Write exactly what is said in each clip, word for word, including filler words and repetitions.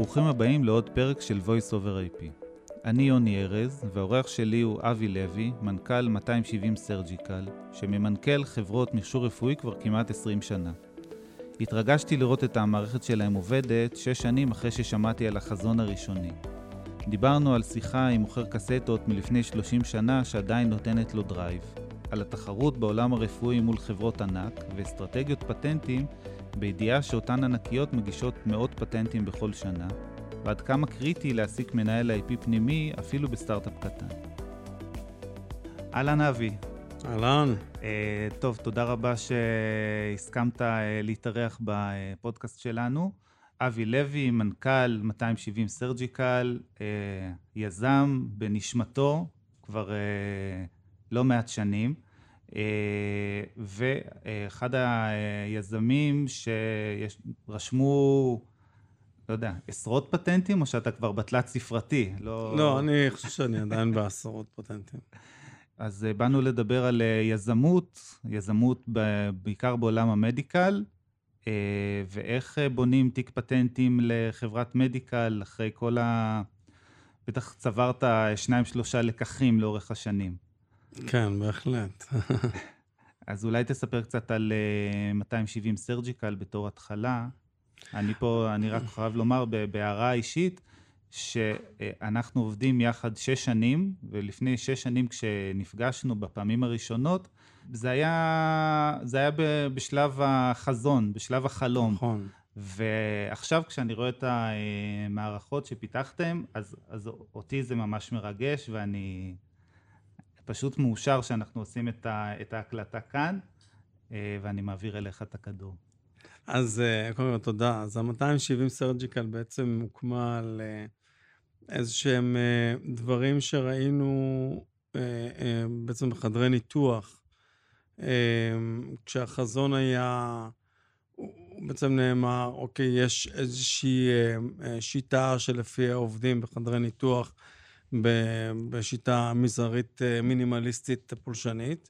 ברוכים הבאים לעוד פרק של Voice over איי פי. אני יוני ארז, והאורח שלי הוא אבי לוי, מנכ"ל מאתיים שבעים Surgical, שממנכ"ל חברות מכשור רפואי כבר כמעט עשרים שנה. התרגשתי לראות את המערכת שלהם עובדת שש שנים אחרי ששמעתי על החזון הראשוני. דיברנו על שיחה עם מוכר קסטות מלפני שלושים שנה שעדיין נותנת לו דרייב, על התחרות בעולם הרפואי מול חברות ענק ואסטרטגיות פטנטים בידיעה שאותן ענקיות מגישות מאות פטנטים בכל שנה, ועד כמה קריטי להעסיק מנהל איי פי פנימי אפילו בסטארט-אפ קטן. אהלן אבי. אהלן. אה, טוב, תודה רבה שהסכמת אה, להתארח בפודקאסט שלנו. אבי לוי, מנכ"ל מאתיים שבעים Surgical, אה, יזם בנשמתו כבר אה, לא מעט שנים. Uh, ואחד היזמים שרשמו, לא יודע, עשרות פטנטים, או שאתה כבר בתלת ספרתי? לא, לא אני חושב שאני עדיין בעשרות פטנטים. אז uh, באנו לדבר על uh, יזמות, יזמות ב- בעיקר בעולם המדיקל, uh, ואיך uh, בונים תיק פטנטים לחברת מדיקל, אחרי כל ה... בטח צברת שניים שלושה לקחים לאורך השנים. כן, בהחלט. אז אולי תספר קצת על uh, מאתיים שבעים Surgical בתור התחלה. אני פה, אני רק חייב לומר בהערה אישית, שאנחנו עובדים יחד שש שנים, ולפני שש שנים כשנפגשנו בפעמים הראשונות, זה היה, זה היה בשלב החזון, בשלב החלום. נכון. ועכשיו כשאני רואה את המערכות שפיתחתם, אז, אז אותי זה ממש מרגש, ואני... פשוט מאושר שאנחנו עושים את, ה, את ההקלטה כאן, ואני מעביר אליך את הכדור. אז קודם כל תודה. אז ה-מאתיים שבעים Surgical בעצם הוקמה על איזשהם דברים שראינו בעצם בחדרי ניתוח, כשהחזון היה, בעצם נאמר, אוקיי, יש איזושהי שיטה שלפי העובדים בחדרי ניתוח, בשיטה מזערית מינימליסטית פולשנית.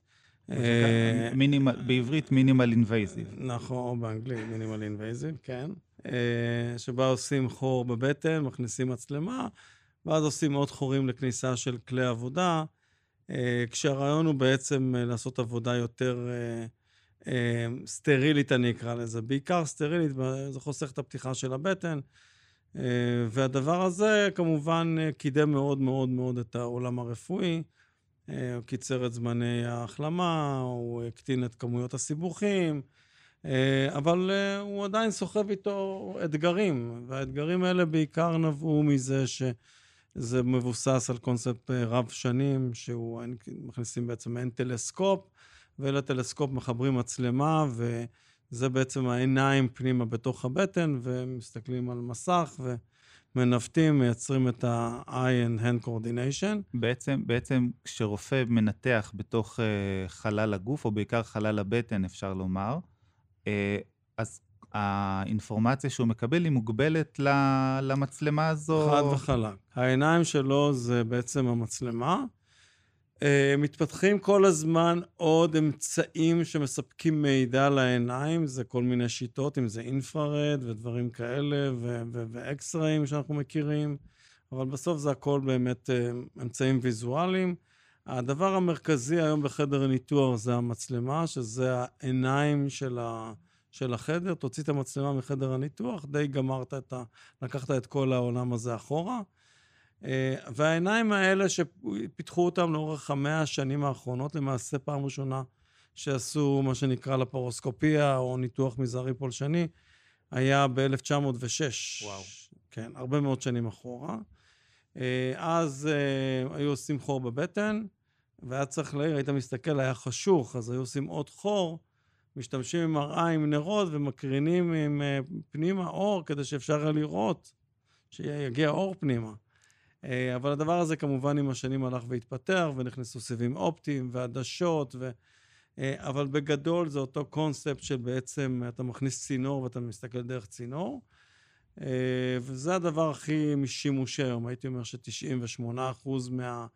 בעברית מינימל אינבייזיב. נכון, או באנגלית מינימל אינבייזיב, כן. שבה עושים חור בבטן, מכניסים מצלמה, ואז עושים עוד חורים לכניסה של כלי עבודה, כשהרעיון הוא בעצם לעשות עבודה יותר סטרילית, אני אקרא לזה. בעיקר סטרילית, זה חוסך את הפתיחה של הבטן, והדבר הזה כמובן קידם מאוד מאוד מאוד את העולם הרפואי, הוא קיצר את זמני ההחלמה, הוא הקטין את כמויות הסיבוכים, אבל הוא עדיין סוחב איתו אתגרים, והאתגרים האלה בעיקר נבעו מזה שזה מבוסס על קונספט רב שנים, שהוא מכניסים בעצם אין טלסקופ, ולטלסקופ מחברים מצלמה, ו... זה בעצם העיניים פנימה בתוך הבטן, ומסתכלים על מסך, ומנווטים, מייצרים את ה-eye and hand coordination. בעצם, בעצם כשרופא מנתח בתוך uh, חלל הגוף, או בעיקר חלל הבטן, אפשר לומר, uh, אז האינפורמציה שהוא מקבל היא מוגבלת למצלמה הזו. חד וחלק. העיניים שלו זה בעצם המצלמה, מתפתחים כל הזמן עוד אמצעים שמספקים מידע לעיניים, זה כל מיני שיטות, אם זה אינפרד ודברים כאלה, ו- ו- ואקסראים שאנחנו מכירים, אבל בסוף זה הכל באמת אמצעים ויזואליים. הדבר המרכזי היום בחדר הניתוח זה המצלמה, שזה העיניים של, ה- של החדר, תוציא את המצלמה מחדר הניתוח, די גמרת את ה... לקחת את כל העולם הזה אחורה, והעיניים האלה שפיתחו אותם לאורך המאה השנים האחרונות, למעשה פעם ראשונה שעשו מה שנקרא לפרוסקופיה או ניתוח מזערי פולשני, היה ב-אלף תשע מאות ושש. וואו. כן, הרבה מאוד שנים אחורה. אז היו עושים חור בבטן, והיה צריך להעיר, היית מסתכל, היה חשוך, אז היו עושים עוד חור, משתמשים עם מראה עם נרות ומקרינים עם פנימה אור, כדי שאפשר לראות שיגיע אור פנימה. אבל הדבר הזה כמובן עם השנים הלך והתפתח, ונכנסו סיבים אופטיים ועדשות, ו... אבל בגדול זה אותו קונספט של בעצם אתה מכניס צינור ואתה מסתכל דרך צינור, וזה הדבר הכי משימושי היום. הייתי אומר ש-תשעים ושמונה אחוז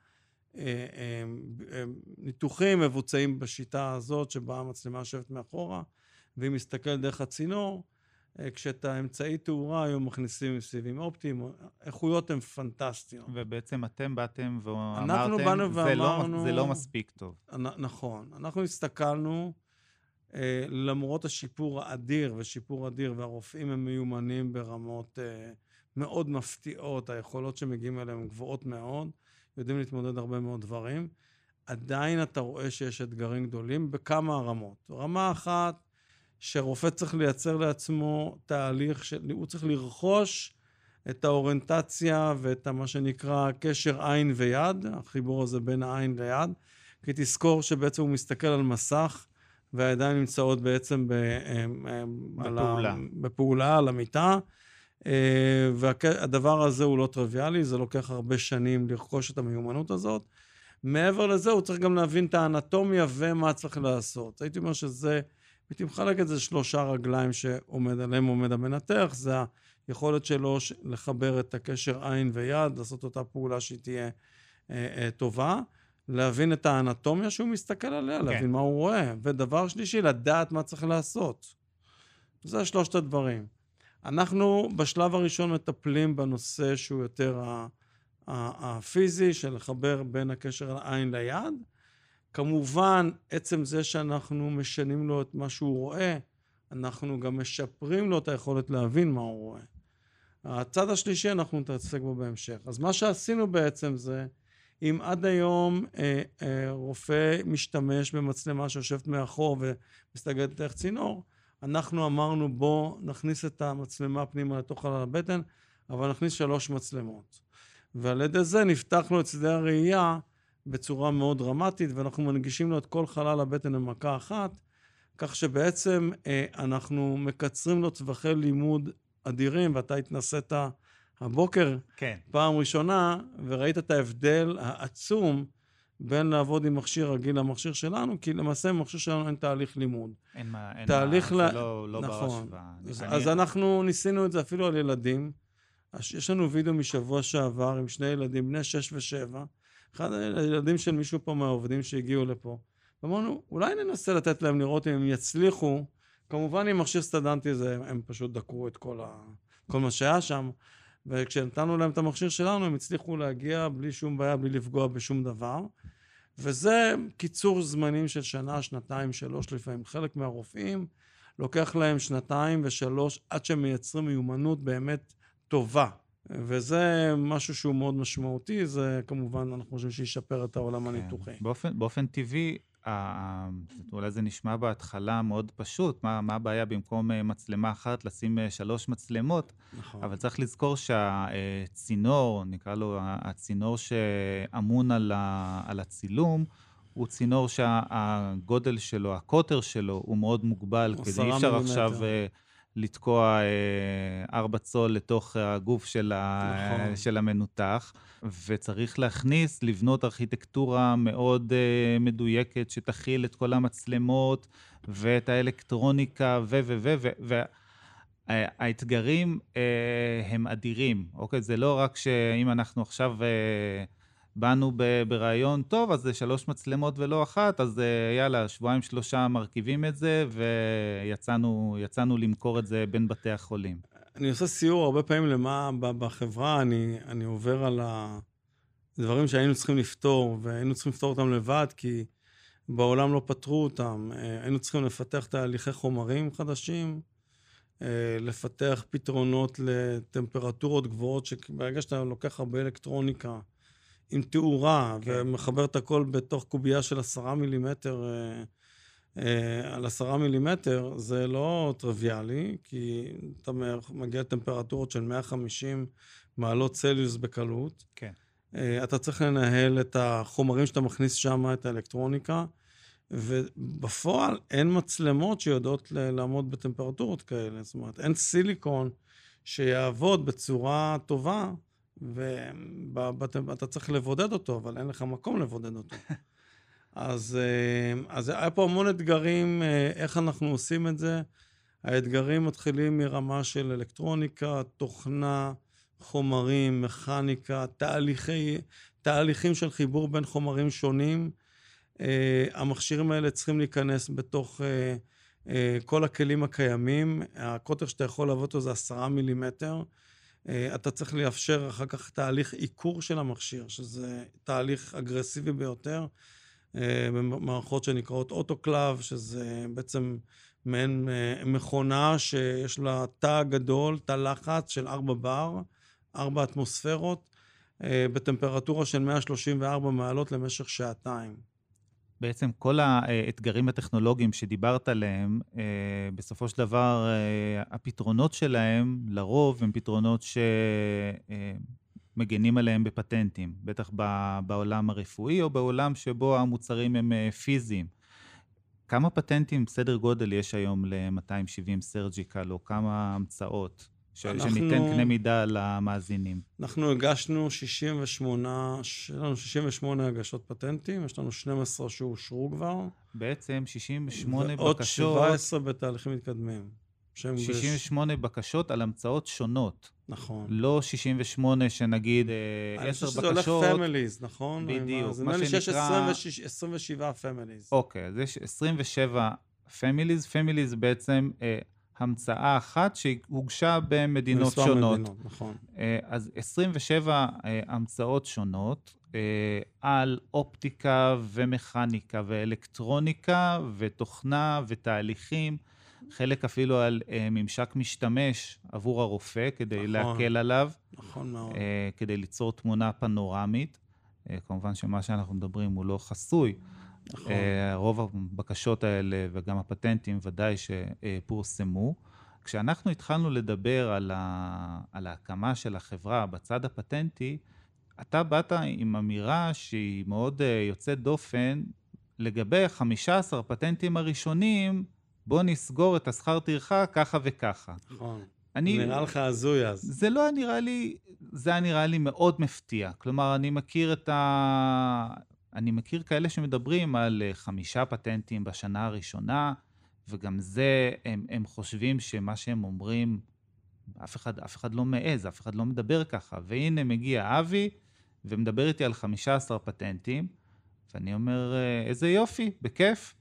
מהניתוחים מבוצעים בשיטה הזאת, שבה המצלמה יושבת מאחורה, והיא מסתכל דרך הצינור, כשאת האמצעי תאורה היום מכניסים סיבים אופטיים, איכויות הן פנטסטיות. ובעצם אתם באתם אנחנו ואמרתם, באנו זה לא, ואמרנו... זה לא מספיק טוב. נ- נכון. אנחנו הסתכלנו, אה, למרות השיפור האדיר, ושיפור אדיר, והרופאים הם מיומנים ברמות אה, מאוד מפתיעות, היכולות שמגיעים אליהם הן גבוהות מאוד, יודעים להתמודד הרבה מאוד דברים, עדיין אתה רואה שיש אתגרים גדולים בכמה רמות. רמה אחת, שרופא צריך לייצר לעצמו תהליך, של, הוא צריך לרכוש את האוריינטציה ואת מה שנקרא קשר עין ויד, החיבור הזה בין העין ליד, כי תזכור שבעצם הוא מסתכל על מסך, והידיים נמצאות בעצם בפעולה. בפעולה, על המיטה, והדבר הזה הוא לא טריוויאלי, זה לוקח הרבה שנים לרכוש את המיומנות הזאת. מעבר לזה, הוא צריך גם להבין את האנטומיה ומה צריך לעשות. הייתי אומר שזה, הייתי מחלק את זה שלושה רגליים שעומד עליהם עומד המנתח, זה היכולת שלו לחבר את הקשר עין ויד, לעשות אותה פעולה שהיא תהיה אה, אה, טובה, להבין את האנטומיה שהוא מסתכל עליה, כן. להבין מה הוא רואה, ודבר שלישי, לדעת מה צריך לעשות. זה שלושת הדברים. אנחנו בשלב הראשון מטפלים בנושא שהוא יותר הפיזי, של לחבר בין הקשר העין ליד. כמובן, עצם זה שאנחנו משנים לו את מה שהוא רואה, אנחנו גם משפרים לו את היכולת להבין מה הוא רואה. הצד השלישי אנחנו נתעסק בו בהמשך. אז מה שעשינו בעצם זה, אם עד היום אה, אה, רופא משתמש במצלמה שיושבת מאחור ומסתגלת דרך צינור, אנחנו אמרנו בוא נכניס את המצלמה פנימה לתוך חלל הבטן, אבל נכניס שלוש מצלמות. ועל ידי זה נפתחנו את שדה הראייה בצורה מאוד דרמטית, ואנחנו מנגישים לו את כל חלל הבטן במכה אחת, כך שבעצם אה, אנחנו מקצרים לו טווחי לימוד אדירים, ואתה התנסית הבוקר, כן. פעם ראשונה, וראית את ההבדל העצום בין לעבוד עם מכשיר רגיל למכשיר שלנו, כי למעשה במכשיר שלנו אין תהליך לימוד. אין מה, אין תהליך מה, ל... זה לא, לא נכון. בהשוואה. אז, אני... אז אנחנו ניסינו את זה אפילו על ילדים. יש לנו וידאו משבוע שעבר עם שני ילדים, בני שש ושבע, אחד הילדים של מישהו פה מהעובדים שהגיעו לפה. ואמרנו, אולי ננסה לתת להם לראות אם הם יצליחו, כמובן עם מכשיר סטודנטי זה, הם פשוט דקרו את כל, ה... כל מה שהיה שם, וכשנתנו להם את המכשיר שלנו, הם הצליחו להגיע בלי שום בעיה, בלי לפגוע בשום דבר, וזה קיצור זמנים של שנה, שנתיים, שלוש, לפעמים חלק מהרופאים, לוקח להם שנתיים ושלוש, עד שהם מייצרים מיומנות באמת טובה, וזה משהו שהוא מאוד משמעותי, זה כמובן אנחנו חושבים שישפר את העולם כן. הניתוחי. באופן, באופן טבעי, אה, אולי זה נשמע בהתחלה מאוד פשוט, מה, מה הבעיה במקום מצלמה אחת לשים שלוש מצלמות, נכון. אבל צריך לזכור שהצינור, נקרא לו הצינור שאמון על, ה, על הצילום, הוא צינור שהגודל שלו, הקוטר שלו, הוא מאוד מוגבל, כדי אי אפשר עכשיו לתקוע ארבע צול לתוך הגוף של, נכון. ה, של המנותח, וצריך להכניס, לבנות ארכיטקטורה מאוד uh, מדויקת, שתכיל את כל המצלמות, ואת האלקטרוניקה, ו, ו, ו, ו, ו, והאתגרים uh, הם אדירים, אוקיי? זה לא רק שאם אנחנו עכשיו uh, באנו ב- ברעיון טוב, אז זה שלוש מצלמות ולא אחת, אז uh, יאללה, שבועיים שלושה מרכיבים את זה, ויצאנו יצאנו למכור את זה בין בתי החולים. אני עושה סיור הרבה פעמים למה בחברה, אני, אני עובר על הדברים שהיינו צריכים לפתור, והיינו צריכים לפתור אותם לבד, כי בעולם לא פתרו אותם. היינו צריכים לפתח תהליכי חומרים חדשים, לפתח פתרונות לטמפרטורות גבוהות, שברגע שאתה לוקח הרבה אלקטרוניקה, עם תאורה, כן. ומחבר את הכל בתוך קובייה של עשרה מילימטר, על עשרה מילימטר, זה לא טריוויאלי, כי אתה מגיע לטמפרטורות של מאה וחמישים מעלות צלזיוס בקלות. כן. אתה צריך לנהל את החומרים שאתה מכניס שם, את האלקטרוניקה, ובפועל אין מצלמות שיודעות לעמוד בטמפרטורות כאלה. זאת אומרת, אין סיליקון שיעבוד בצורה טובה, ואתה צריך לבודד אותו, אבל אין לך מקום לבודד אותו. אז, אז היה פה המון אתגרים, איך אנחנו עושים את זה. האתגרים מתחילים מרמה של אלקטרוניקה, תוכנה, חומרים, מכניקה, תהליכי, תהליכים של חיבור בין חומרים שונים. המכשירים האלה צריכים להיכנס בתוך כל הכלים הקיימים, הקוטר שאתה יכול לעבוד אותו זה עשרה מילימטר, אתה צריך לאפשר אחר כך תהליך עיקור של המכשיר, שזה תהליך אגרסיבי ביותר, במערכות שנקראות אוטוקלאב, שזה בעצם מעין מכונה שיש לה תא גדול, תא לחץ של ארבע בר, ארבע אטמוספירות, בטמפרטורה של מאה שלושים וארבע מעלות למשך שעתיים. בעצם כל האתגרים הטכנולוגיים שדיברת עליהם, בסופו של דבר הפתרונות שלהם לרוב הם פתרונות שמגנים עליהם בפטנטים, בטח בעולם הרפואי או בעולם שבו המוצרים הם פיזיים. כמה פטנטים סדר גודל יש היום ל-מאתיים שבעים סרג'יקל או כמה המצאות? אנחנו, שניתן קנה מידה למאזינים. אנחנו הגשנו שישים ושמונה, יש לנו שישים ושמונה הגשות פטנטים, יש לנו שתים עשרה שאושרו כבר. בעצם שישים ושמונה ועוד בקשות... שבע עשרה בתהליכים מתקדמים. שישים ושמונה בש... בקשות על המצאות שונות. נכון. לא שישים ושמונה שנגיד עשר בקשות. אני חושב שזה הולך פמיליז, נכון? בדיוק. זה נראה לי שיש עשרים ושבע פמיליז. אוקיי, אז יש עשרים ושבע פמיליז. פמיליז בעצם... המצאה אחת שהוגשה במדינות שונות. מדינות, נכון. אז עשרים ושבע המצאות שונות על אופטיקה ומכניקה ואלקטרוניקה ותוכנה ותהליכים, חלק אפילו על ממשק משתמש עבור הרופא כדי נכון, להקל עליו, נכון מאוד. כדי ליצור תמונה פנורמית. כמובן שמה שאנחנו מדברים הוא לא חסוי, נכון. רוב הבקשות האלה וגם הפטנטים ודאי שפורסמו. כשאנחנו התחלנו לדבר על, ה... על ההקמה של החברה בצד הפטנטי, אתה באת עם אמירה שהיא מאוד יוצאת דופן, לגבי חמישה עשר פטנטים הראשונים, בוא נסגור את השכר טרחה ככה וככה. נכון. אני... נראה לך הזוי אז. זה לא נראה לי, זה נראה לי מאוד מפתיע. כלומר, אני מכיר את ה... אני מכיר כאלה שמדברים על חמישה פטנטים בשנה הראשונה, וגם זה, הם, הם חושבים שמה שהם אומרים, אף אחד, אף אחד לא מעז, אף אחד לא מדבר ככה. והנה מגיע אבי, ומדבר איתי על חמישה עשר פטנטים, ואני אומר, איזה יופי, בכיף.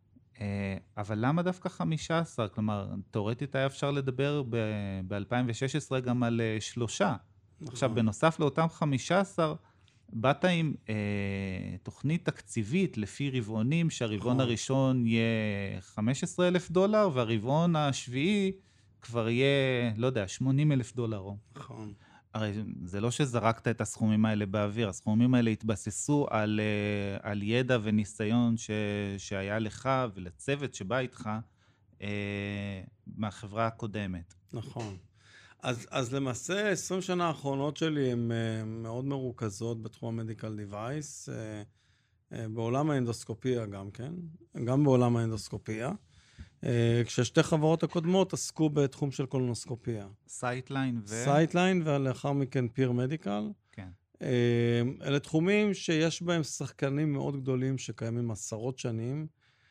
אבל למה דווקא חמישה עשר? כלומר, תיאורטית היה אפשר לדבר ב-אלפיים ושש עשרה גם על שלושה. נכון. עכשיו, בנוסף לאותם חמישה עשר, באת עם אה, תוכנית תקציבית לפי רבעונים, שהרבעון נכון. הראשון יהיה חמישה עשר אלף דולר, והרבעון השביעי כבר יהיה, לא יודע, שמונים אלף דולר. נכון. הרי זה לא שזרקת את הסכומים האלה באוויר, הסכומים האלה התבססו על, אה, על ידע וניסיון ש, שהיה לך ולצוות שבא איתך אה, מהחברה הקודמת. נכון. אז, אז למעשה, עשרים שנה האחרונות שלי הן uh, מאוד מרוכזות בתחום המדיקל דיווייס, uh, uh, בעולם האנדוסקופיה גם כן, גם בעולם האנדוסקופיה, uh, כששתי חברות הקודמות עסקו בתחום של קולונוסקופיה. סייטליין ו... סייטליין, ולאחר מכן פיר מדיקל. כן. Uh, אלה תחומים שיש בהם שחקנים מאוד גדולים שקיימים עשרות שנים,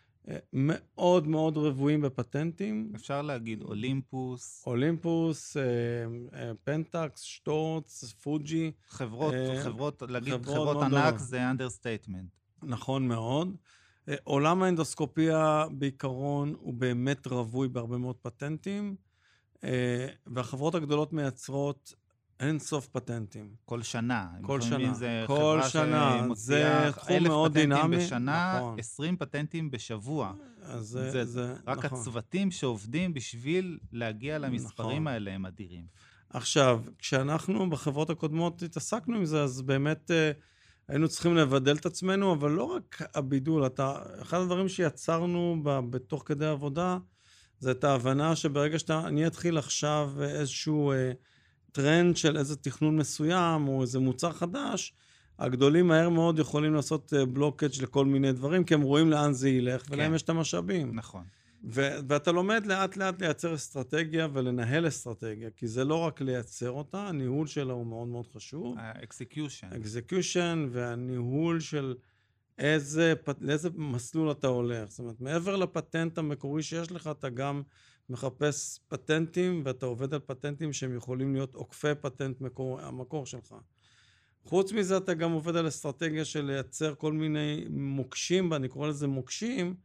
מאוד מאוד רבועים בפטנטים. אפשר להגיד אולימפוס. אולימפוס, פנטקס, שטורץ, פוג'י. חברות, חברות, להגיד חברות ענק זה אנדרסטייטמנט. נכון מאוד. עולם האנדוסקופיה בעיקרון הוא באמת רבוי בהרבה מאוד פטנטים, והחברות הגדולות מייצרות אין סוף פטנטים. כל שנה. כל שנה. זה כל שנה. זה תחום מאוד דינמי. בשנה, נכון. עשרים פטנטים בשבוע. זה, זה, זה, רק נכון. הצוותים שעובדים בשביל להגיע למספרים נכון. האלה הם אדירים. עכשיו, כשאנחנו בחברות הקודמות התעסקנו עם זה, אז באמת אה, היינו צריכים לבדל את עצמנו, אבל לא רק הבידול. אתה, אחד הדברים שיצרנו ב, בתוך כדי עבודה, זה את ההבנה שברגע שאני אתחיל עכשיו איזשהו... אה, טרנד של איזה תכנון מסוים, או איזה מוצר חדש, הגדולים מהר מאוד יכולים לעשות בלוקאג' לכל מיני דברים, כי הם רואים לאן זה ילך, כן. ולהם יש את המשאבים. נכון. ו- ואתה לומד לאט לאט לייצר אסטרטגיה ולנהל אסטרטגיה, כי זה לא רק לייצר אותה, הניהול שלה הוא מאוד מאוד חשוב. האקסקיושן. האקסקיושן והניהול של איזה, לאיזה מסלול אתה הולך. זאת אומרת, מעבר לפטנט המקורי שיש לך, אתה גם מחפש פטנטים, ואתה עובד על פטנטים שהם יכולים להיות עוקפי פטנט מקור, המקור שלך. חוץ מזה, אתה גם עובד על אסטרטגיה של לייצר כל מיני מוקשים, ואני קורא לזה מוקשים,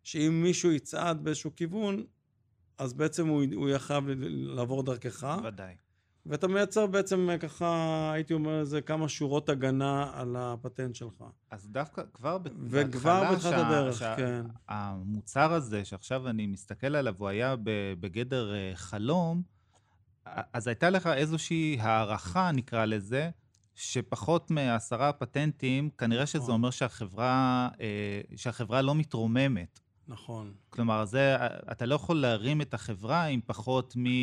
שאם מישהו יצעד באיזשהו כיוון, אז בעצם הוא, הוא יהיה חייב לעבור דרכך. ודאי. ואתה מייצר בעצם ככה, הייתי אומר, זה כמה שורות הגנה על הפטנט שלך. אז דווקא כבר וכבר בתחילת הדרך, שה, כן. המוצר הזה שעכשיו אני מסתכל עליו, הוא היה בגדר חלום, אז הייתה לך איזושהי הערכה, נקרא לזה, שפחות מעשרה פטנטים, כנראה נכון. שזה אומר שהחברה, שהחברה לא מתרוממת. נכון. כלומר, זה, אתה לא יכול להרים את החברה עם פחות מ...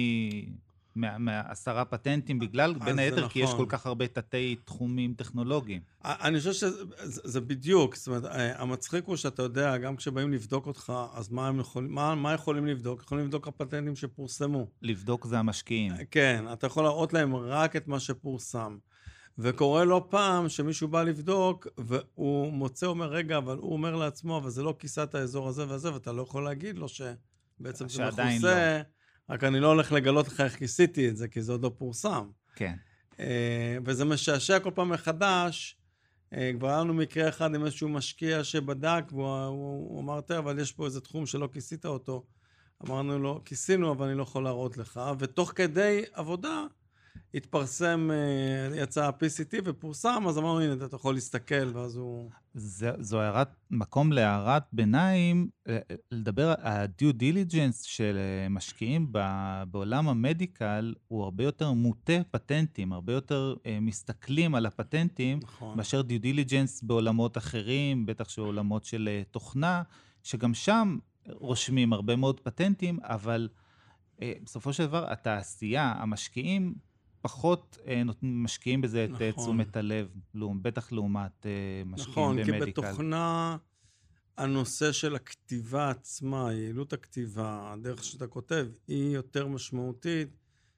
מעשרה פטנטים, בגלל, בין היתר, נכון. כי יש כל כך הרבה תתי תחומים טכנולוגיים. אני חושב שזה זה בדיוק, זאת אומרת, המצחיק הוא שאתה יודע, גם כשבאים לבדוק אותך, אז מה הם יכולים, מה, מה יכולים לבדוק? יכולים לבדוק הפטנטים שפורסמו. לבדוק זה המשקיעים. כן, אתה יכול להראות להם רק את מה שפורסם. וקורה לא פעם שמישהו בא לבדוק, והוא מוצא, אומר, רגע, אבל הוא אומר לעצמו, אבל זה לא כיסת האזור הזה והזה, ואתה לא יכול להגיד לו שבעצם זה מכוסה, לא. רק אני לא הולך לגלות לך איך כיסיתי את זה, כי זה עוד לא פורסם. כן. וזה משעשע כל פעם מחדש. כבר היה לנו מקרה אחד עם איזשהו משקיע שבדק, והוא אמר, אבל יש פה איזה תחום שלא כיסית אותו. אמרנו לו, כיסינו, אבל אני לא יכול להראות לך. ותוך כדי עבודה, התפרסם, יצא ה-פי סי טי ופורסם, אז אמרנו, הנה, אתה יכול להסתכל, ואז הוא... זה, זו הערת, מקום להערת ביניים, לדבר, ה-due diligence של משקיעים בעולם המדיקל, הוא הרבה יותר מוטה פטנטים, הרבה יותר מסתכלים על הפטנטים, נכון. מאשר due diligence בעולמות אחרים, בטח שעולמות של תוכנה, שגם שם רושמים הרבה מאוד פטנטים, אבל בסופו של דבר, התעשייה, המשקיעים, פחות אה, משקיעים בזה את נכון. תשומת הלב, בטח לעומת אה, משקיעים נכון, במדיקל. נכון, כי בתוכנה הנושא של הכתיבה עצמה, יעילות הכתיבה, הדרך שאתה כותב, היא יותר משמעותית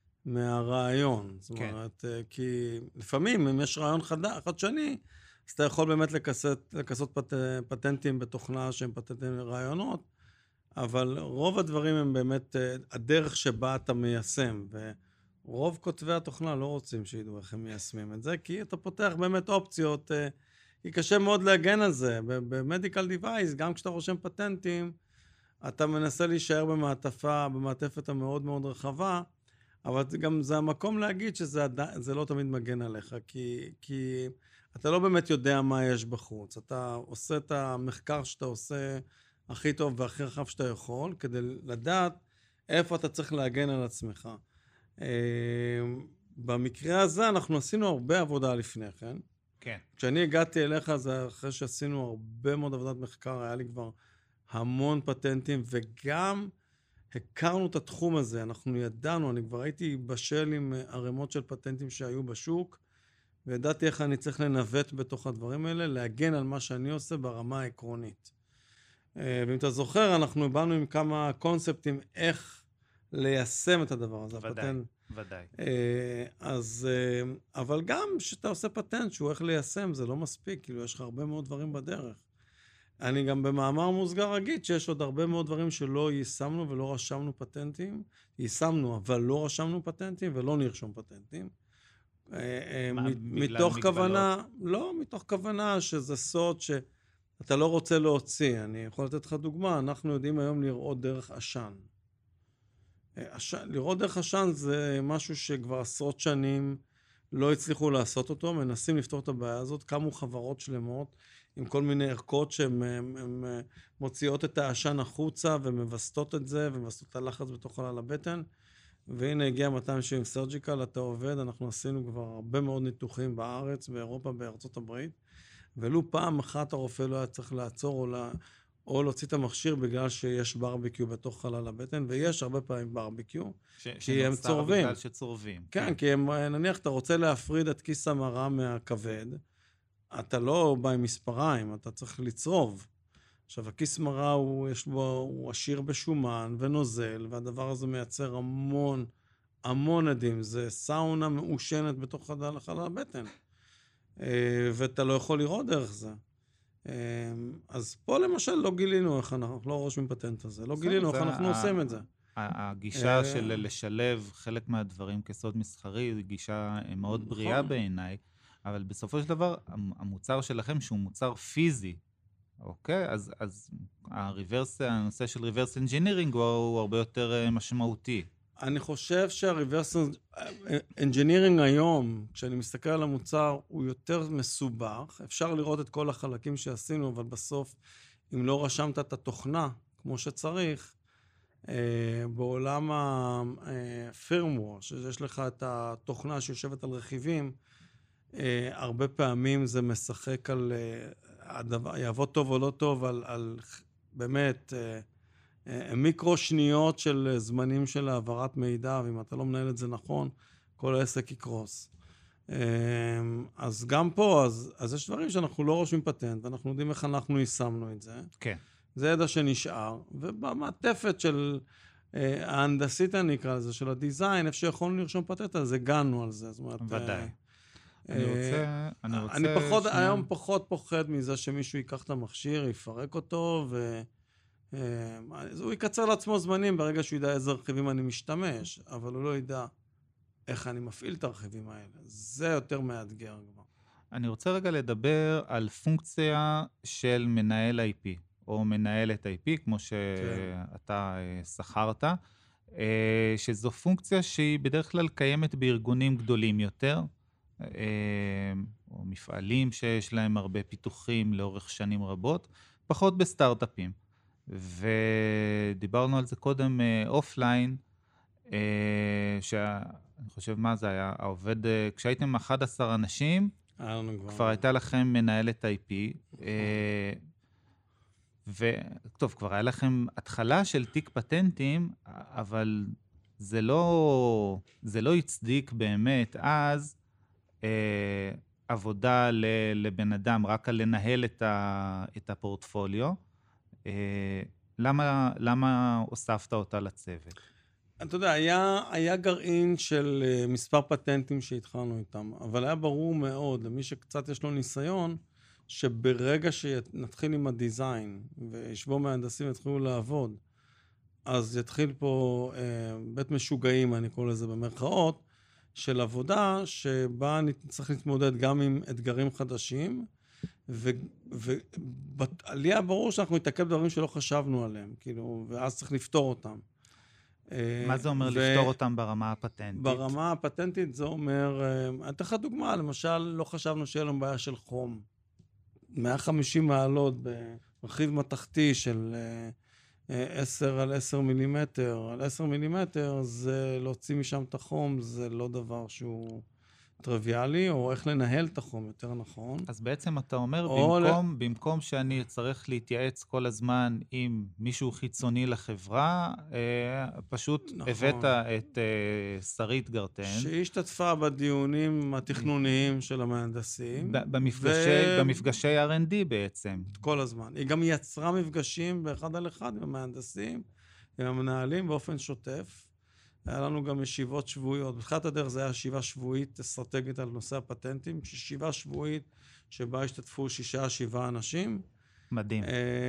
מהרעיון. זאת כן. אומרת, כי לפעמים אם יש רעיון חדשני, אז אתה יכול באמת לקסות, לקסות פט, פטנטים בתוכנה שהם פטנטים לרעיונות, אבל רוב הדברים הם באמת הדרך שבה אתה מיישם, ו... רוב כותבי התוכנה לא רוצים שידעו איך הם מיישמים את זה, כי אתה פותח באמת אופציות, כי קשה מאוד להגן על זה. במדיקל דיווייס, גם כשאתה רושם פטנטים, אתה מנסה להישאר במעטפה, במעטפת המאוד מאוד רחבה, אבל גם זה המקום להגיד שזה זה לא תמיד מגן עליך, כי, כי אתה לא באמת יודע מה יש בחוץ. אתה עושה את המחקר שאתה עושה הכי טוב והכי רחב שאתה יכול, כדי לדעת איפה אתה צריך להגן על עצמך. במקרה הזה אנחנו עשינו הרבה עבודה לפני כן. כן. כשאני הגעתי אליך, זה אחרי שעשינו הרבה מאוד עבודת מחקר, היה לי כבר המון פטנטים, וגם הכרנו את התחום הזה, אנחנו ידענו, אני כבר הייתי בשל עם ערימות של פטנטים שהיו בשוק, וידעתי איך אני צריך לנווט בתוך הדברים האלה, להגן על מה שאני עושה ברמה העקרונית. ואם אתה זוכר, אנחנו באנו עם כמה קונספטים איך ליישם את הדבר הזה. ודאי, הפטנט. ודאי. אז, אבל גם שאתה עושה פטנט שהוא איך ליישם, זה לא מספיק, כאילו יש לך הרבה מאוד דברים בדרך. אני גם במאמר מוסגר אגיד שיש עוד הרבה מאוד דברים שלא יישמנו ולא רשמנו פטנטים, יישמנו, אבל לא רשמנו פטנטים ולא נרשום פטנטים. מה, מתוך כוונה, לא, מתוך כוונה שזה סוד שאתה לא רוצה להוציא. אני יכול לתת לך דוגמה, אנחנו יודעים היום לראות דרך עשן. לראות דרך עשן זה משהו שכבר עשרות שנים לא הצליחו לעשות אותו, מנסים לפתור את הבעיה הזאת, קמו חברות שלמות עם כל מיני ערכות שהן מוציאות את העשן החוצה ומבסטות את זה, ומבסטות את הלחץ בתוך חלל הבטן, והנה הגיע מאתיים שבעים סרג'יקל, אתה עובד, אנחנו עשינו כבר הרבה מאוד ניתוחים בארץ, באירופה, בארצות הברית, ולו פעם אחת הרופא לא היה צריך לעצור או לה... או להוציא את המכשיר בגלל שיש ברביקיו בתוך חלל הבטן, ויש הרבה פעמים ברביקיו, ש- כי הם צורבים. בגלל שצורבים. כן, כן, כי הם, נניח, אתה רוצה להפריד את כיס המרה מהכבד, אתה לא בא עם מספריים, אתה צריך לצרוב. עכשיו, הכיס מרה הוא, יש בו, הוא עשיר בשומן ונוזל, והדבר הזה מייצר המון, המון עדים. זה סאונה מעושנת בתוך חלל הבטן. ואתה לא יכול לראות דרך זה. אז פה למשל לא גילינו איך אנחנו, לא רושמים פטנט הזה, לא גילינו איך אנחנו עושים את זה. הגישה של לשלב חלק מהדברים כסוד מסחרי, היא גישה מאוד בריאה בעיניי, אבל בסופו של דבר, המוצר שלכם שהוא מוצר פיזי, אוקיי, אז, אז הריברס, הנושא של ריברס אנג'ינירינג הוא, הוא הרבה יותר אה, משמעותי. אני חושב שהריברס אנג'ינירינג היום, כשאני מסתכל על המוצר, הוא יותר מסובך. אפשר לראות את כל החלקים שעשינו, אבל בסוף, אם לא רשמת את התוכנה כמו שצריך, אה, בעולם הפירמוור, שיש לך את התוכנה שיושבת על רכיבים, אה, הרבה פעמים זה משחק על אה, הדבר, יעבוד טוב או לא טוב, על, על באמת אה, אה, מיקרו שניות של זמנים של העברת מידע, ואם אתה לא מנהל את זה נכון, כל העסק יקרוס. אה, אז גם פה, אז, אז יש דברים שאנחנו לא רושמים פטנט, אנחנו יודעים איך אנחנו יישמנו את זה. כן. זה ידע שנשאר, ובמעטפת של אה, ההנדסית, אני אקרא לזה, של הדיזיין, איפה שיכולנו לרשום פטנט, אז הגענו על זה. זאת אומרת, ודאי. אה, אני רוצה, אני רוצה... אני פחות, שנייה... היום פחות פוחד מזה שמישהו ייקח את המכשיר, יפרק אותו, ו... אז הוא יקצר לעצמו זמנים ברגע שהוא ידע איזה רכיבים אני משתמש, אבל הוא לא ידע איך אני מפעיל את הרכיבים האלה. זה יותר מאתגר כבר. אני רוצה רגע לדבר על פונקציה של מנהל איי פי, או מנהלת איי פי, כמו שאתה כן. שכרת, שזו פונקציה שהיא בדרך כלל קיימת בארגונים גדולים יותר, או מפעלים שיש להם הרבה פיתוחים לאורך שנים רבות, פחות בסטארט-אפים. ודיברנו על זה קודם אופליין, שאני חושב מה זה היה, העובד, כשהייתם אחד עשר אנשים, כבר הייתה לכם מנהלת איי פי, וטוב, כבר היה לכם התחלה של תיק פטנטים, אבל זה לא, זה לא הצדיק באמת אז עבודה לבן אדם, רק על לנהל את הפורטפוליו. למה, למה הוספת אותה לצוות? אתה יודע, היה, היה גרעין של uh, מספר פטנטים שהתחלנו איתם, אבל היה ברור מאוד למי שקצת יש לו ניסיון, שברגע שנתחיל עם הדיזיין, וישבו מהנדסים יתחילו לעבוד, אז יתחיל פה uh, בית משוגעים, אני קורא לזה במרכאות, של עבודה שבה אני צריך להתמודד גם עם אתגרים חדשים, ועלי היה ברור שאנחנו נתעכב דברים שלא חשבנו עליהם, כאילו, ואז צריך לפתור אותם. מה זה אומר ו... לפתור אותם ברמה הפטנטית? ברמה הפטנטית זה אומר, אני אתן לך דוגמה, למשל, לא חשבנו שיהיה לנו בעיה של חום. מאה וחמישים מעלות ברכיב מתכתי של עשר על עשר מילימטר, על עשר מילימטר, זה להוציא משם את החום, זה לא דבר שהוא טריוויאלי, או איך לנהל את החום יותר נכון. אז בעצם אתה אומר, במקום, ל... במקום שאני צריך להתייעץ כל הזמן עם מישהו חיצוני לחברה, אה, פשוט נכון. הבאת את אה, שרית גרטן. שהשתתפה בדיונים התכנוניים של המהנדסים. במפגשי, ו... במפגשי אר אנד די בעצם. כל הזמן. היא גם יצרה מפגשים באחד על אחד עם המהנדסים, עם המנהלים באופן שוטף. היה לנו גם ישיבות שבועיות. בתחילת הדרך זה היה ישיבה שבועית אסטרטגית על נושא הפטנטים, ישיבה שבועית שבה השתתפו שישה, שבעה אנשים. מדהים.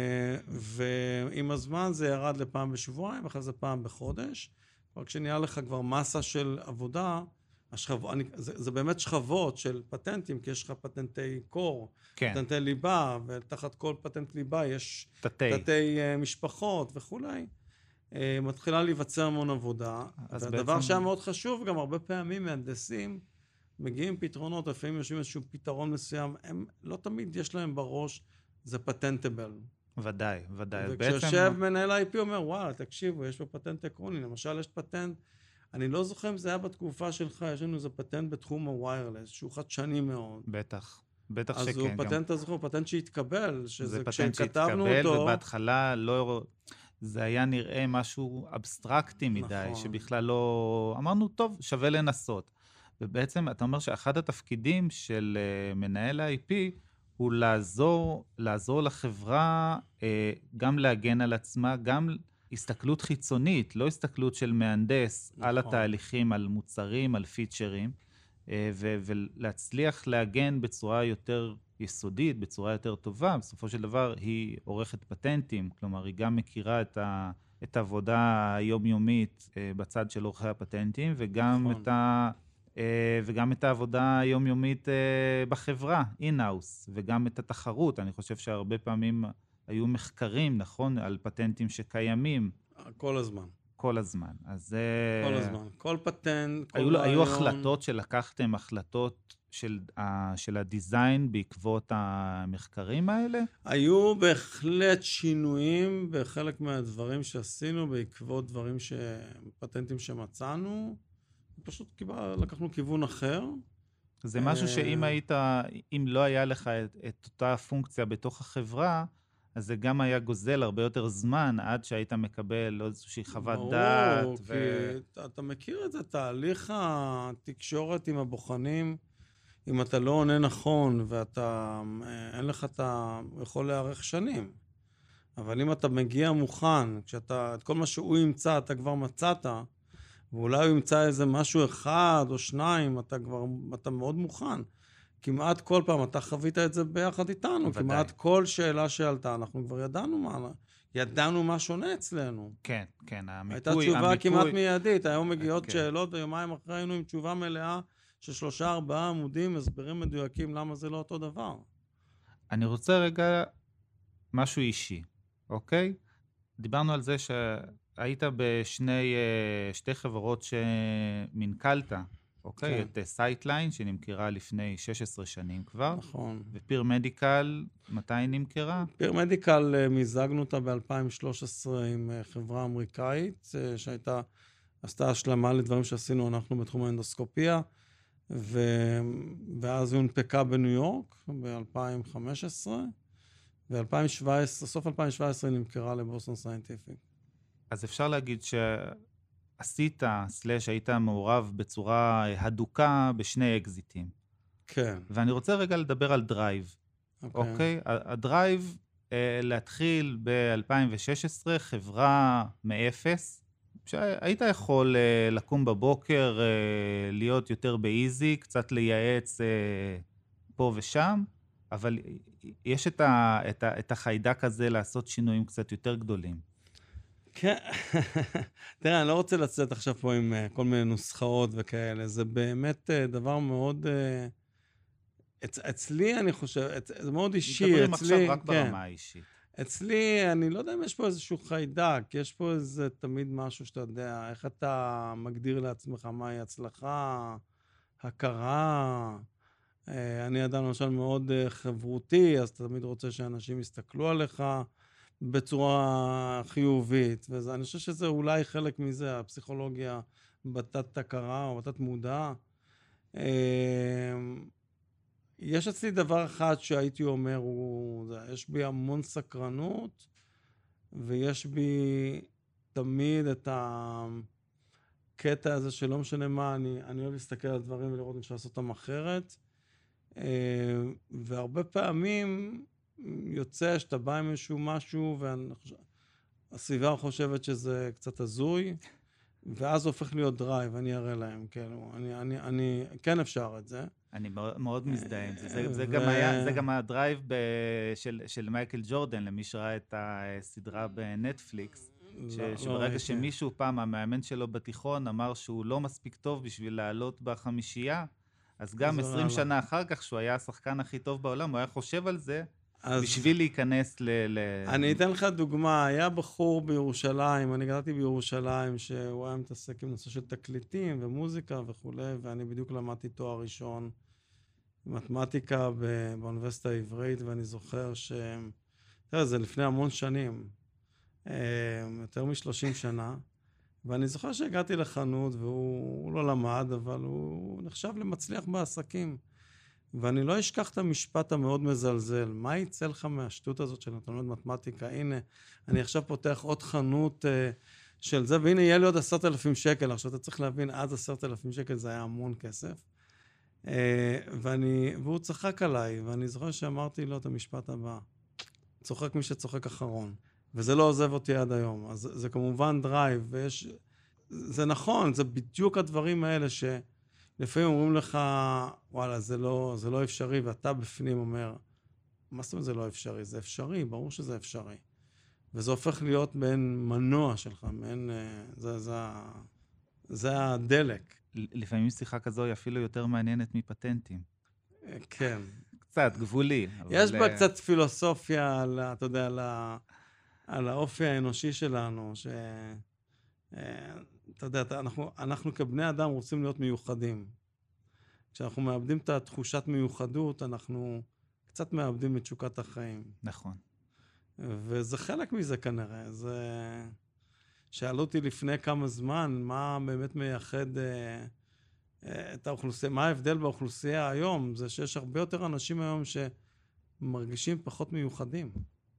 ועם הזמן זה ירד לפעם בשבועיים, אחרי זה פעם בחודש. אבל כשנהיה לך כבר מסה של עבודה, השכב... אני... זה, זה באמת שכבות של פטנטים, כי יש לך פטנטי קור, כן. פטנטי ליבה, ותחת כל פטנט ליבה יש תתי, תתי משפחות וכולי. מתחילה להיווצר המון עבודה, והדבר בעצם... שהיה מאוד חשוב, גם הרבה פעמים מהנדסים מגיעים פתרונות, לפעמים יושבים איזשהו פתרון מסוים, הם לא תמיד יש להם בראש, זה פטנטבל. ודאי, ודאי. וכשיושב בעצם... מנהל איי פי אומר, וואלה, תקשיבו, יש פה פטנט עקרוני, למשל יש פטנט, אני לא זוכר אם זה היה בתקופה שלך, יש לנו איזה פטנט בתחום הוויירלס, שהוא חדשני מאוד. בטח. בטח אז שכן. אז הוא פטנט, הזוכר, פטנט שהתקבל, שזה כשכתבנו אותו... זה פטנט שהתקבל, ובהתחלה לא... זה היה נראה משהו אבסטרקטי מדי, נכון. שבכלל לא... אמרנו, טוב, שווה לנסות. ובעצם, אתה אומר שאחד התפקידים של uh, מנהל ה-איי פי, הוא לעזור, לעזור לחברה uh, גם להגן על עצמה, גם הסתכלות חיצונית, לא הסתכלות של מהנדס נכון. על התהליכים, על מוצרים, על פיצ'רים, uh, ו- ולהצליח להגן בצורה יותר... יסודית, בצורה יותר טובה, בסופו של דבר היא עורכת פטנטים, כלומר היא גם מכירה את, ה, את העבודה היומיומית בצד של עורכי הפטנטים, וגם נכון. את, ה, וגם את העבודה היומיומית בחברה, אין-האוס, וגם את התחרות. אני חושב שהרבה פעמים היו מחקרים, נכון, על פטנטים שקיימים. כל הזמן. כל הזמן. אז כל הזמן. כל פטנט, כל היו, רעיון. היו החלטות שלקחתם, החלטות של, של הדיזיין בעקבות המחקרים האלה? היו בהחלט שינויים בחלק מהדברים שעשינו, בעקבות דברים ש... פטנטים שמצאנו. פשוט קיבל, לקחנו כיוון אחר. זה משהו שאם היית, אם לא היה לך את, את אותה פונקציה בתוך החברה, אז זה גם היה גוזל הרבה יותר זמן עד שהיית מקבל איזושהי חוות דעת. ברור, ו... כי אתה מכיר את זה, תהליך התקשורת עם הבוחנים, אם אתה לא עונה נכון ואתה, אין לך, אתה יכול להארך שנים. אבל אם אתה מגיע מוכן, כשאתה, את כל מה שהוא ימצא, אתה כבר מצאת, ואולי הוא ימצא איזה משהו אחד או שניים, אתה כבר, אתה מאוד מוכן. כמעט כל פעם, אתה חווית את זה ביחד איתנו, ודאי. כמעט כל שאלה שעלתה, אנחנו כבר ידענו מה, ידענו מה שונה אצלנו. כן, כן, המיפוי, הייתה תשובה המיפוי... כמעט מיידית, היום מגיעות כן. שאלות, ויומיים אחרי היינו עם תשובה מלאה, של שלושה ארבעה עמודים, הסברים מדויקים, למה זה לא אותו דבר. אני רוצה רגע משהו אישי, אוקיי? דיברנו על זה שהיית בשני, שתי חברות שמנכלת, אוקיי? כן. את סייטליין, שנמכרה לפני שש עשרה שנים כבר. נכון. ופיר מדיקל, מתי נמכרה? פיר מדיקל, מיזגנו אותה ב-אלפיים ושלוש עשרה עם חברה אמריקאית, שהייתה, עשתה השלמה לדברים שעשינו אנחנו בתחום האנדוסקופיה, ו... ואז היא הונפקה בניו יורק ב-אלפיים וחמש עשרה, ב-אלפיים שבע עשרה, סוף אלפיים שבע עשרה היא נמכרה לבוסטון סיינטיפיק. אז אפשר להגיד שעשית, סלש, היית מעורב בצורה הדוקה בשני אקזיטים. כן. ואני רוצה רגע לדבר על דרייב. אוקיי? אוקיי? הדרייב, אה, להתחיל ב-אלפיים ושש עשרה, חברה מאפס, שהיית יכול אה, לקום בבוקר, אה, להיות יותר באיזי, קצת לייעץ אה, פה ושם, אבל יש את, ה, את, ה, את החיידק הזה לעשות שינויים קצת יותר גדולים. כן, תראה, אני לא רוצה לצאת עכשיו פה עם uh, כל מיני נוסחאות וכאלה, זה באמת uh, דבר מאוד, uh, אצ, אצלי אני חושב, אצ, זה מאוד אישי, מדברים אצלי, עכשיו רק כן. ברמה האישית. אצלי, אני לא יודע אם יש פה איזשהו חיידק, יש פה איזה תמיד משהו שאתה יודע, איך אתה מגדיר לעצמך מהי הצלחה, הכרה, uh, אני אדם למשל מאוד uh, חברותי, אז אתה תמיד רוצה שאנשים יסתכלו עליך, בצורה חיובית, ואני חושב שזה אולי חלק מזה, הפסיכולוגיה בתת הכרה או בתת מודע. יש אצלי דבר אחד שהייתי אומר, הוא, יש בי המון סקרנות, ויש בי תמיד את הקטע הזה שלא משנה מה, אני, אני אוהב להסתכל על דברים ולראות אם אפשר לעשות אותם אחרת, והרבה פעמים, יוצא שאתה בא עם איזשהו משהו, והסביבה חושבת שזה קצת הזוי, ואז הופך להיות דרייב, אני אראה להם, כאילו, אני, אני, אני, כן אפשר את זה. אני מאוד, מאוד מזדהה עם זה. זה, זה, ו... גם היה, זה גם הדרייב ב, של, של מייקל ג'ורדן, למי שראה את הסדרה בנטפליקס, ש, לא, שברגע לא שמישהו פעם, המאמן שלו בתיכון, אמר שהוא לא מספיק טוב בשביל לעלות בחמישייה, אז גם עשרים שנה אחר כך, שהוא היה השחקן הכי טוב בעולם, הוא היה חושב על זה, אז בשביל להיכנס ל... ל... אני אתן לך דוגמה, היה בחור בירושלים, אני גדלתי בירושלים, שהוא היה מתעסק עם נושא של תקליטים ומוזיקה וכו', ואני בדיוק למדתי תואר ראשון מתמטיקה באוניברסיטה העברית, ואני זוכר ש... תראה, זה לפני המון שנים, יותר מ-שלושים שנה, ואני זוכר שהגעתי לחנות, והוא לא למד, אבל הוא נחשב למצליח בעסקים. ואני לא אשכח את המשפט המאוד מזלזל. מה יצא לך מהשטות הזאת של נתונות מתמטיקה? הנה, אני עכשיו פותח עוד חנות uh, של זה, והנה יהיה לי עוד עשרת אלפים שקל. עכשיו אתה צריך להבין, אז עשרת אלפים שקל זה היה המון כסף. Uh, ואני, והוא צחק עליי, ואני זוכר שאמרתי לו את המשפט הבא. צוחק מי שצוחק אחרון. וזה לא עוזב אותי עד היום. אז זה, זה כמובן דרייב, ויש... זה נכון, זה בדיוק הדברים האלה ש... לפעמים אומרים לך, וואלה, זה לא, זה לא אפשרי, ואתה בפנים אומר, מה זאת אומרת זה לא אפשרי? זה אפשרי, ברור שזה אפשרי. וזה הופך להיות מעין מנוע שלך, מעין, זה, זה, זה הדלק. לפעמים שיחה כזו היא אפילו יותר מעניינת מפטנטים. כן. קצת, גבולי. יש אבל, בה אה, קצת פילוסופיה, על, ה- אתה יודע, על, ה- על האופי האנושי שלנו, ש... אה, אתה יודע, אתה- אנחנו, אנחנו כבני אדם רוצים להיות מיוחדים. כשאנחנו מאבדים את התחושת מיוחדות, אנחנו קצת מאבדים את תשוקת החיים. נכון. וזה חלק מזה כנראה. זה... שאלו אותי לפני כמה זמן, מה באמת מייחד אה, אה, את האוכלוסייה, מה ההבדל באוכלוסייה היום? זה שיש הרבה יותר אנשים היום שמרגישים פחות מיוחדים.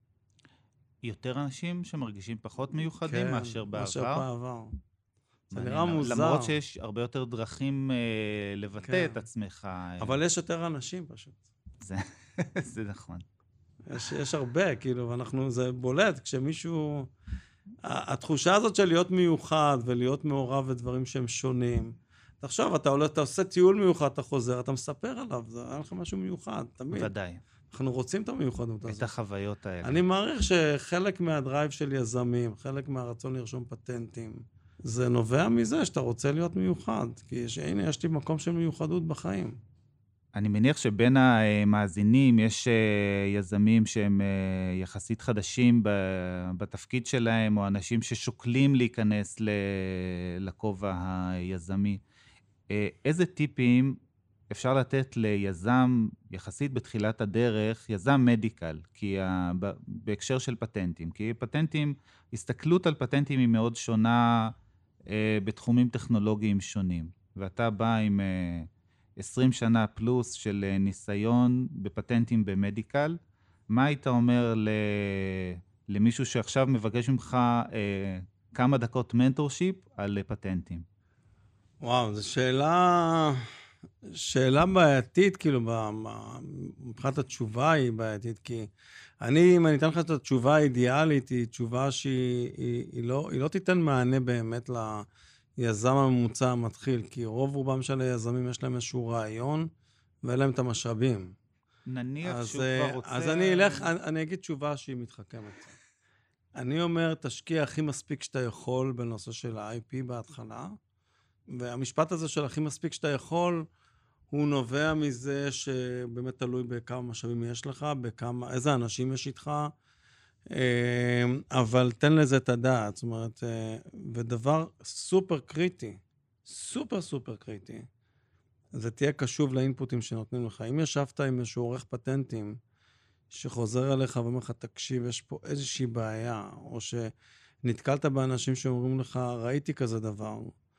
יותר אנשים שמרגישים פחות מיוחדים כן, מאשר בעבר. מאשר בעבר. זה מעניין, נראה למ- מוזר. למרות שיש הרבה יותר דרכים אה, לבטא כן. את עצמך. אה, אבל יש יותר אנשים פשוט. זה, זה נכון. יש, יש הרבה, כאילו, ואנחנו, זה בולט, כשמישהו... ה- התחושה הזאת של להיות מיוחד ולהיות מעורב בדברים שהם שונים. תחשוב, אתה עולה, אתה עושה טיול מיוחד, אתה חוזר, אתה מספר עליו, זה היה לך משהו מיוחד, תמיד. ודאי. אנחנו רוצים את המיוחדות את הזאת. החוויות האלה. אני מעריך שחלק מהדרייב של יזמים, חלק מהרצון לרשום פטנטים, זה נובע מזה שאתה רוצה להיות מיוחד. כי יש, הנה, יש לי מקום של מיוחדות בחיים. אני מניח שבין המאזינים יש אה, יזמים שהם אה, יחסית חדשים ב- בתפקיד שלהם, או אנשים ששוקלים להיכנס ל- לכובע היזמי. אה, איזה טיפים אפשר לתת ליזם יחסית בתחילת הדרך, יזם מדיקל, כי ה- ב- בהקשר של פטנטים, כי פטנטים, הסתכלות על פטנטים היא מאוד שונה אה, בתחומים טכנולוגיים שונים, ואתה בא עם אה, עשרים שנה פלוס של אה, ניסיון בפטנטים במדיקל. מה היית אומר ל... למישהו שעכשיו מבקש ממך אה, כמה דקות מנטורשיפ על אה, פטנטים? וואו, זו שאלה, שאלה בעייתית, כאילו, ב- ב- מבחינת התשובה היא בעייתית, כי אני, אם אני אתן לך את התשובה האידיאלית, היא תשובה שהיא היא, היא לא, היא לא תיתן מענה באמת ליזם הממוצע המתחיל, כי רוב רובם של היזמים יש להם איזשהו רעיון, ואין להם את המשאבים. נניח אז, שהוא אה, כבר רוצה... אז אני אלך, אני, אני אגיד תשובה שהיא מתחכמת. אני אומר, תשקיע הכי מספיק שאתה יכול בנושא של ה-איי פי בהתחלה, והמשפט הזה של הכי מספיק שאתה יכול, הוא נובע מזה שבאמת תלוי בכמה משאבים יש לך, בכמה, איזה אנשים יש איתך, אה, אבל תן לזה את הדעת. זאת אומרת, אה, ודבר סופר קריטי, סופר סופר קריטי, זה תהיה קשוב לאינפוטים שנותנים לך. אם ישבת עם איזשהו עורך פטנטים, שחוזר אליך ואומר לך, תקשיב, יש פה איזושהי בעיה, או שנתקלת באנשים שאומרים לך, ראיתי כזה דבר,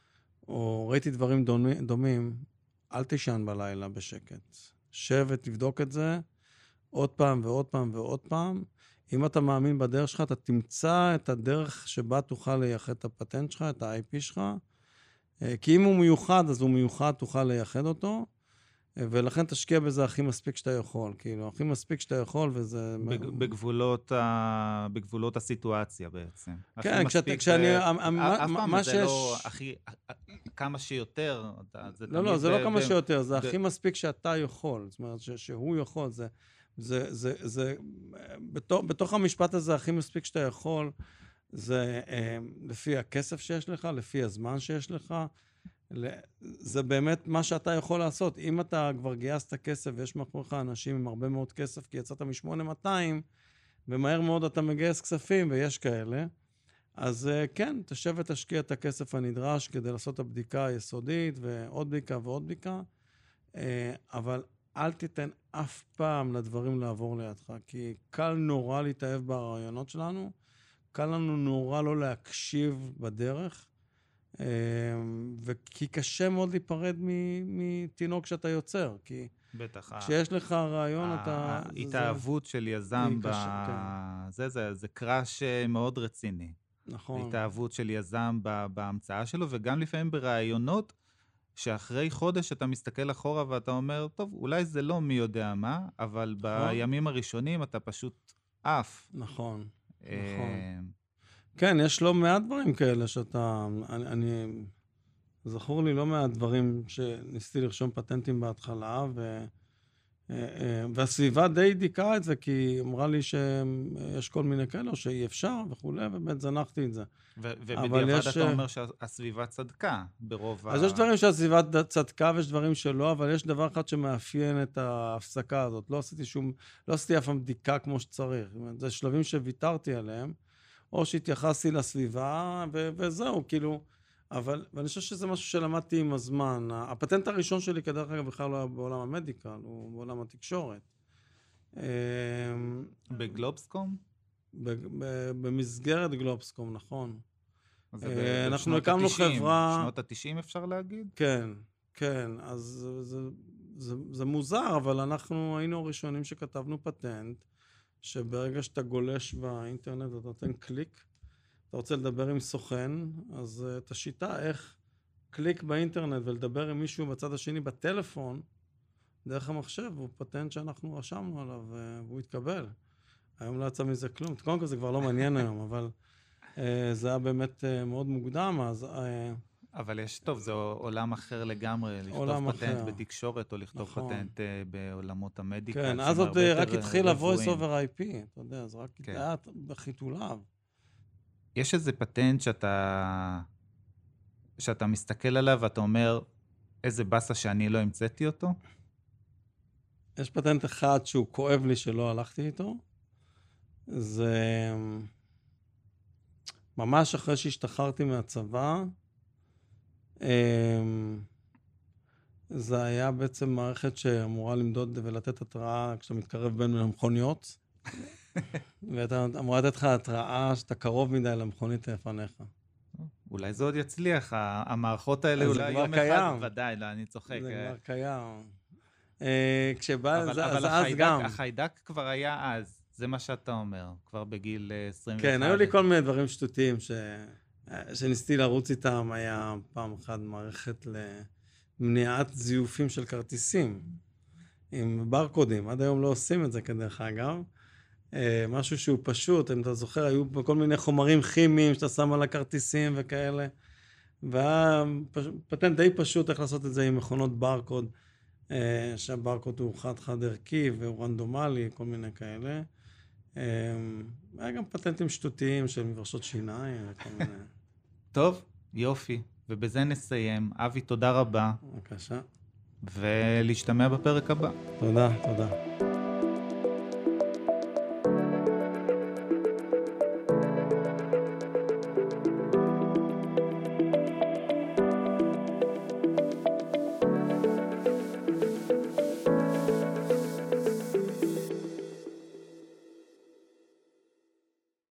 או ראיתי דברים דומים, דומים, אל תישן בלילה בשקט. שב ותבדוק את זה עוד פעם ועוד פעם ועוד פעם. אם אתה מאמין בדרך שלך, אתה תמצא את הדרך שבה תוכל לייחד את הפטנט שלך, את ה-איי פי שלך. כי אם הוא מיוחד, אז הוא מיוחד, תוכל לייחד אותו. ולכן תשקיע בזה הכי מספיק שאתה יכול. כאילו, הכי מספיק שאתה יכול, וזה... בג- בגבולות, ה... בגבולות הסיטואציה בעצם. הכי כן, כשאתה- מספיק כשאני- זה- המ- המ- אף מה- פעם מה זה לא שיש- הכי... כמה שיותר. אתה- זה לא, לא, תמיד זה ב- לא כמה ב- שיותר, זה ב- הכי מספיק שאתה יכול. זאת אומרת, ש- שהוא יכול, זה... זה, זה, זה, בתוך, בתוך המשפט הזה, הכי מספיק שאתה יכול, זה אה, לפי הכסף שיש לך, לפי הזמן שיש לך, ל- זה באמת מה שאתה יכול לעשות. אם אתה כבר גייסת כסף ויש מאחוריך אנשים עם הרבה מאוד כסף, כי יצאת מ-שמונה מאתיים, ומהר מאוד אתה מגייס כספים, ויש כאלה, אז אה, כן, תשב ותשקיע את הכסף הנדרש כדי לעשות את הבדיקה היסודית, ועוד בדיקה ועוד בדיקה, אה, אבל אל תיתן אף פעם לדברים לעבור לידך, כי קל נורא להתאהב ברעיונות שלנו, קל לנו נורא לא להקשיב בדרך, אה, וכי קשה מאוד להיפרד מ- מתינוק שאתה יוצר, כי בטח. ה- כשיש לך רעיון, אתה... זה- ההתאהבות של יזם, היא ב- קשה, זה, זה, זה קראש אה, מאוד רציני. נכון. התאהבות של יזם ב- בהמצאה שלו, וגם לפעמים ברעיונות, שאחרי חודש אתה מסתכל אחורה ואתה אומר, טוב, אולי זה לא מי יודע מה, אבל בימים הראשונים אתה פשוט עף. נכון, אה, נכון. כן, יש לא מעט דברים כאלה שאתה... אני, אני... זכור לי לא מעט דברים שניסיתי לרשום פטנטים בהתחלה, והסביבה די דיכאה את זה, כי היא אמרה לי שיש כל מיני כאלה, או שאי אפשר וכו', ובאמת זנחתי את זה. ובדיעבד אתה אומר שהסביבה צדקה ברוב ה... אז יש דברים שהסביבה צדקה ויש דברים שלא, אבל יש דבר אחד שמאפיין את ההפסקה הזאת. לא עשיתי שום, לא עשיתי אף פעם בדיקה כמו שצריך. זה שלבים שוויתרתי עליהם, או שהתייחסתי לסביבה, וזהו, כאילו... אבל, ואני חושב שזה משהו שלמדתי עם הזמן. הפטנט הראשון שלי, כדרך אגב, בכלל לא היה בעולם המדיקל, הוא בעולם התקשורת. בגלובסקום? במסגרת גלובסקום, נכון. אנחנו הקמנו חברה... שנות ה-תשעים אפשר להגיד? כן, כן. אז זה, זה, זה מוזר, אבל אנחנו היינו הראשונים שכתבנו פטנט, שברגע שאתה גולש באינטרנט, אתה נותן קליק, אתה רוצה לדבר עם סוכן, אז את השיטה איך קליק באינטרנט ולדבר עם מישהו בצד השני בטלפון, דרך המחשב, הוא פטנט שאנחנו רשמנו עליו, והוא התקבל. היום לא יצא מזה כלום. קודם כל זה כבר לא מעניין היום, אבל זה היה באמת מאוד מוקדם, אז... אבל יש טוב, זה עולם אחר לגמרי, לכתוב פטנט בתקשורת, או לכתוב פטנט בעולמות המדיקל. כן, אז עוד רק התחיל ה-Voice over איי פי, אתה יודע, זה רק היה בחיתוליו. יש איזה פטנט שאתה, שאתה מסתכל עליו ואתה אומר, איזה בסה שאני לא המצאתי אותו? יש פטנט אחד שהוא כואב לי שלא הלכתי איתו. זה ממש אחרי שהשתחררתי מהצבא, זה היה בעצם מערכת שאמורה למדוד ולתת התראה כשאתה מתקרב בין המכוניות. ואתה אמורה לתת לך התראה שאתה קרוב מדי למכונית לפניך. אולי זה עוד יצליח, המערכות האלה אולי יום אחד, ודאי, לא, אני צוחק. זה כבר קיים. כשבא, אבל החיידק כבר היה אז, זה מה שאתה אומר, כבר בגיל עשרים ואחת. כן, היו לי כל מיני דברים שטותיים שניסיתי לרוץ איתם, היה פעם אחת מערכת למניעת זיופים של כרטיסים, עם ברקודים, עד היום לא עושים את זה כדרך אגב. משהו שהוא פשוט, אם אתה זוכר, היו כל מיני חומרים כימיים שאתה שם על הכרטיסים וכאלה, והיה פטנט די פשוט איך לעשות את זה עם מכונות ברקוד, שהברקוד הוא חד-חד ערכי והוא רנדומלי, כל מיני כאלה. היה גם פטנטים שטותיים של מברשות שיניים וכל מיני. טוב, יופי, ובזה נסיים. אבי, תודה רבה. בבקשה. ולהשתמע בפרק הבא. תודה, תודה.